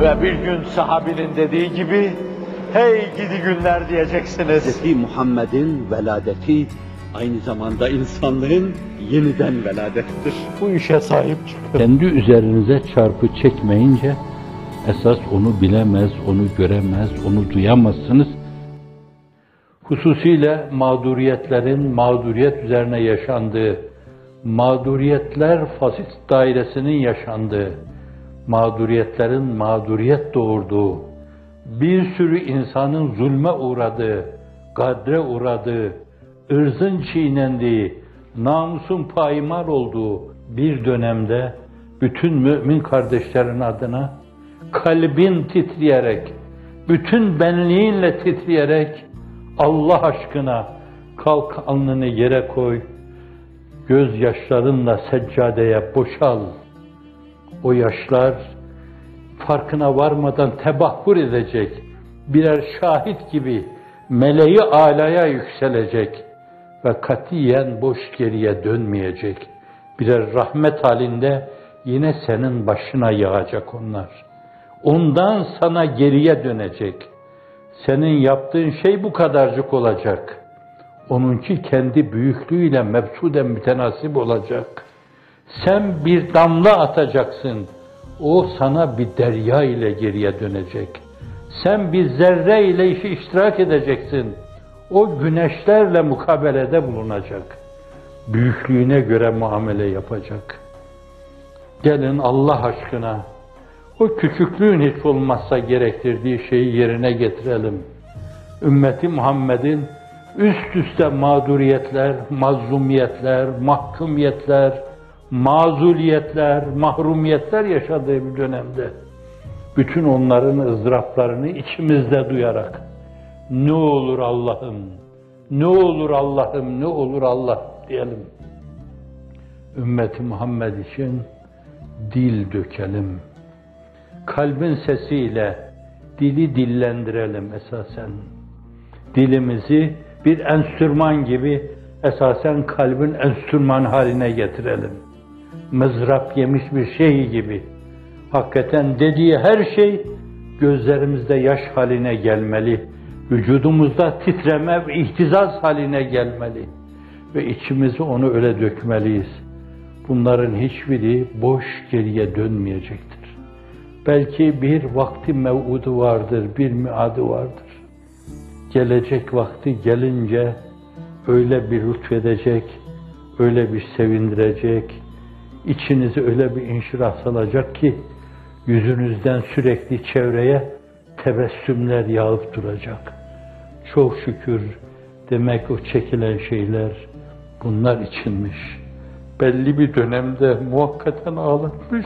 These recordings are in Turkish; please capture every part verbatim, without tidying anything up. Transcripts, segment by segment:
Ve bir gün sahabinin dediği gibi, hey gidi günler diyeceksiniz. Hazreti Muhammed'in veladeti aynı zamanda insanlığın yeniden veladettir. Bu işe sahip çıkın. Kendi üzerinize çarpı çekmeyince, esas onu bilemez, onu göremez, onu duyamazsınız. Hususiyle mağduriyetlerin mağduriyet üzerine yaşandığı, mağduriyetler fasit dairesinin yaşandığı, mağduriyetlerin mağduriyet doğurduğu, bir sürü insanın zulme uğradığı, gadre uğradığı, ırzın çiğnendiği, namusun payimal olduğu bir dönemde bütün mümin kardeşlerin adına kalbin titreyerek, bütün benliğinle titreyerek Allah aşkına kalk alnını yere koy, gözyaşlarınla seccadeye boşal. O yaşlar farkına varmadan tebahhur edecek, birer şahit gibi meleği alaya yükselecek ve katiyen boş geriye dönmeyecek. Birer rahmet halinde yine senin başına yağacak onlar. Ondan sana geriye dönecek. Senin yaptığın şey bu kadarcık olacak. Onunki kendi büyüklüğüyle mebsuden mütenasip olacak. Sen bir damla atacaksın. O sana bir derya ile geriye dönecek. Sen bir zerre ile işi iştirak edeceksin. O güneşlerle mukabelede bulunacak. Büyüklüğüne göre muamele yapacak. Gelin Allah aşkına o küçüklüğün hiç olmazsa gerektirdiği şeyi yerine getirelim. Ümmeti Muhammed'in üst üste mağduriyetler, mazlumiyetler, mahkumiyetler, mazuliyetler, mahrumiyetler yaşadığı bir dönemde bütün onların ızdıraplarını içimizde duyarak ne olur Allah'ım, ne olur Allah'ım, ne olur Allah diyelim. Ümmeti Muhammed için dil dökelim. Kalbin sesiyle dili dillendirelim esasen. Dilimizi bir enstrüman gibi esasen kalbin enstrüman haline getirelim. Mızrap yemiş bir şey gibi. Hakikaten dediği her şey gözlerimizde yaş haline gelmeli. Vücudumuzda titreme ve ihtizaz haline gelmeli. Ve içimizi onu öyle dökmeliyiz. Bunların hiçbiri boş geriye dönmeyecektir. Belki bir vakti mev'udu vardır, bir miadı vardır. Gelecek vakti gelince öyle bir lütfedecek, öyle bir sevindirecek, içinizi öyle bir inşirah salacak ki yüzünüzden sürekli çevreye tebessümler yağıp duracak. Çok şükür demek o çekilen şeyler bunlar içinmiş. Belli bir dönemde muhakkaten ağlatmış.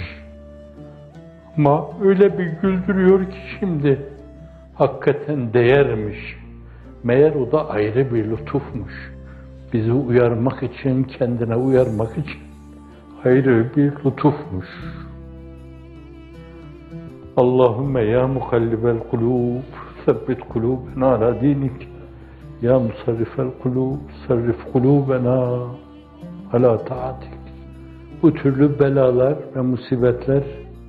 Ama öyle bir güldürüyor ki şimdi hakikaten değermiş. Meğer o da ayrı bir lütufmuş. Bizi uyarmak için, kendine uyarmak için ayrı bir lütufmuş. Allahümme ya mukallibel kulub, sebbit kulubena ala dinik. Ya musarrifel kulub, sarrif kulubena ala taatik. Bu türlü belalar ve musibetler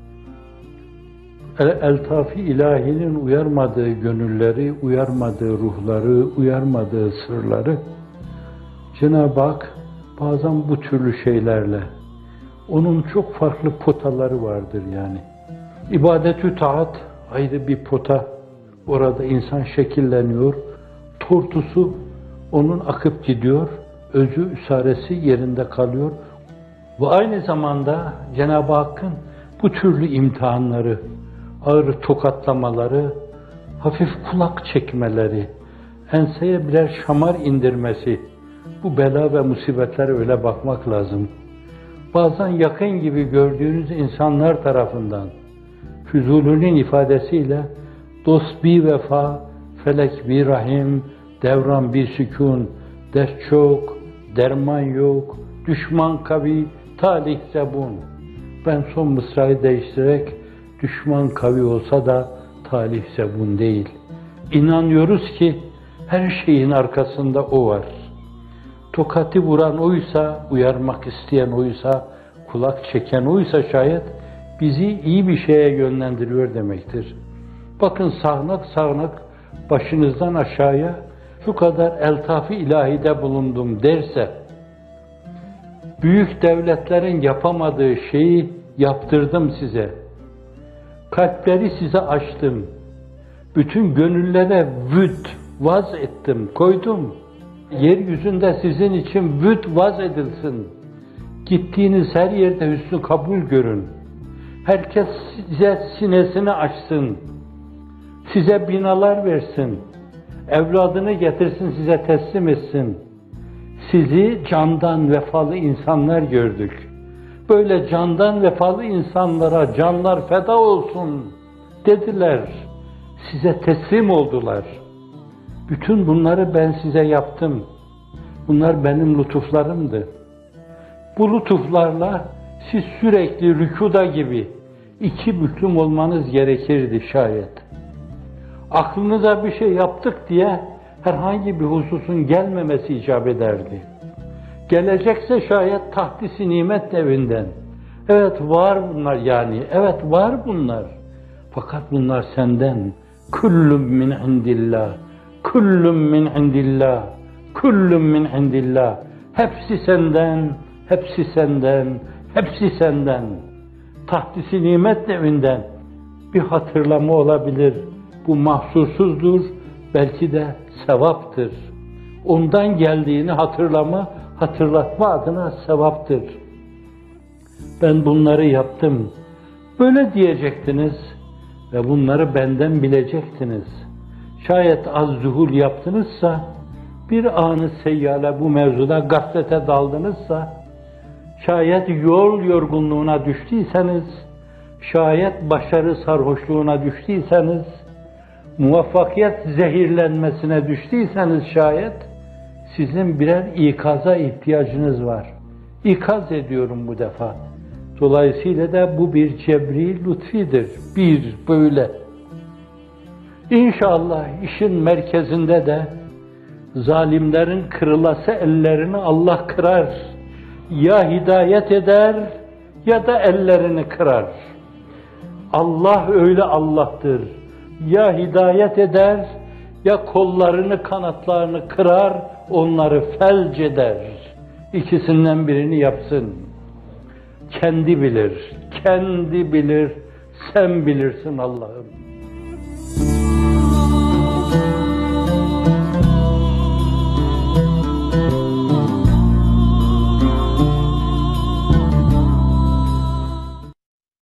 eltaf-ı ilahinin uyarmadığı gönülleri, uyarmadığı ruhları, uyarmadığı sırları Cenab-ı Hak bazen bu türlü şeylerle, onun çok farklı potaları vardır yani. İbadet-ü taat ayrı bir pota, orada insan şekilleniyor, tortusu onun akıp gidiyor, özü üsaresi yerinde kalıyor ve aynı zamanda Cenab-ı Hakk'ın bu türlü imtihanları, ağır tokatlamaları, hafif kulak çekmeleri, enseye birer şamar indirmesi, bu bela ve musibetlere öyle bakmak lazım. Bazen yakın gibi gördüğünüz insanlar tarafından, Füzuli'nin ifadesiyle, dost bir vefa, felek bir rahim, devran bir sükun, dert çok, derman yok, düşman kavi, talih zebun. Ben son mısrayı değiştirerek, düşman kavi olsa da talih zebun değil. İnanıyoruz ki her şeyin arkasında o var. Tokati vuran oysa, uyarmak isteyen oysa, kulak çeken oysa şayet bizi iyi bir şeye yönlendiriyor demektir. Bakın sağanak sağanak başınızdan aşağıya şu kadar eltaf-ı ilahide bulundum derse, büyük devletlerin yapamadığı şeyi yaptırdım size. Kalpleri size açtım. Bütün gönüllere vüd vaz ettim, koydum. Yeryüzünde sizin için vüd vaz edilsin. Gittiğiniz her yerde hüsnü kabul görün. Herkes size sinesini açsın. Size binalar versin. Evladını getirsin, size teslim etsin. Sizi candan vefalı insanlar gördük. Böyle candan vefalı insanlara canlar feda olsun dediler. Size teslim oldular. Bütün bunları ben size yaptım. Bunlar benim lütuflarımdı. Bu lütuflarla siz sürekli rükuda gibi iki büklüm olmanız gerekirdi şayet. Aklınıza bir şey yaptık diye herhangi bir hususun gelmemesi icap ederdi. Gelecekse şayet tahdis-i nimet evinden. Evet var bunlar yani, evet var bunlar. Fakat bunlar senden. Kullun min indillah, kullun min indillah, kullun min indillah. Hepsi senden, hepsi senden, hepsi senden. Tahdis-i nimet evinden bir hatırlama olabilir. Bu mahsursuzdur, belki de sevaptır. Ondan geldiğini hatırlama, hatırlatma adına sevaptır. Ben bunları yaptım. Böyle diyecektiniz ve bunları benden bilecektiniz. Şayet az zuhul yaptınızsa, bir anı seyyale bu mevzuda gaflete daldınızsa, şayet yol yorgunluğuna düştüyseniz, şayet başarı sarhoşluğuna düştüyseniz, muvaffakiyet zehirlenmesine düştüyseniz şayet, sizin birer ikaza ihtiyacınız var. İkaz ediyorum bu defa. Dolayısıyla da bu bir cebri lütfidir. Bir böyle. İnşallah işin merkezinde de zalimlerin kırılası ellerini Allah kırar. Ya hidayet eder ya da ellerini kırar. Allah öyle Allah'tır. Ya hidayet eder ya kollarını kanatlarını kırar, onları felç eder. İkisinden birini yapsın. Kendi bilir, kendi bilir, sen bilirsin Allah'ım.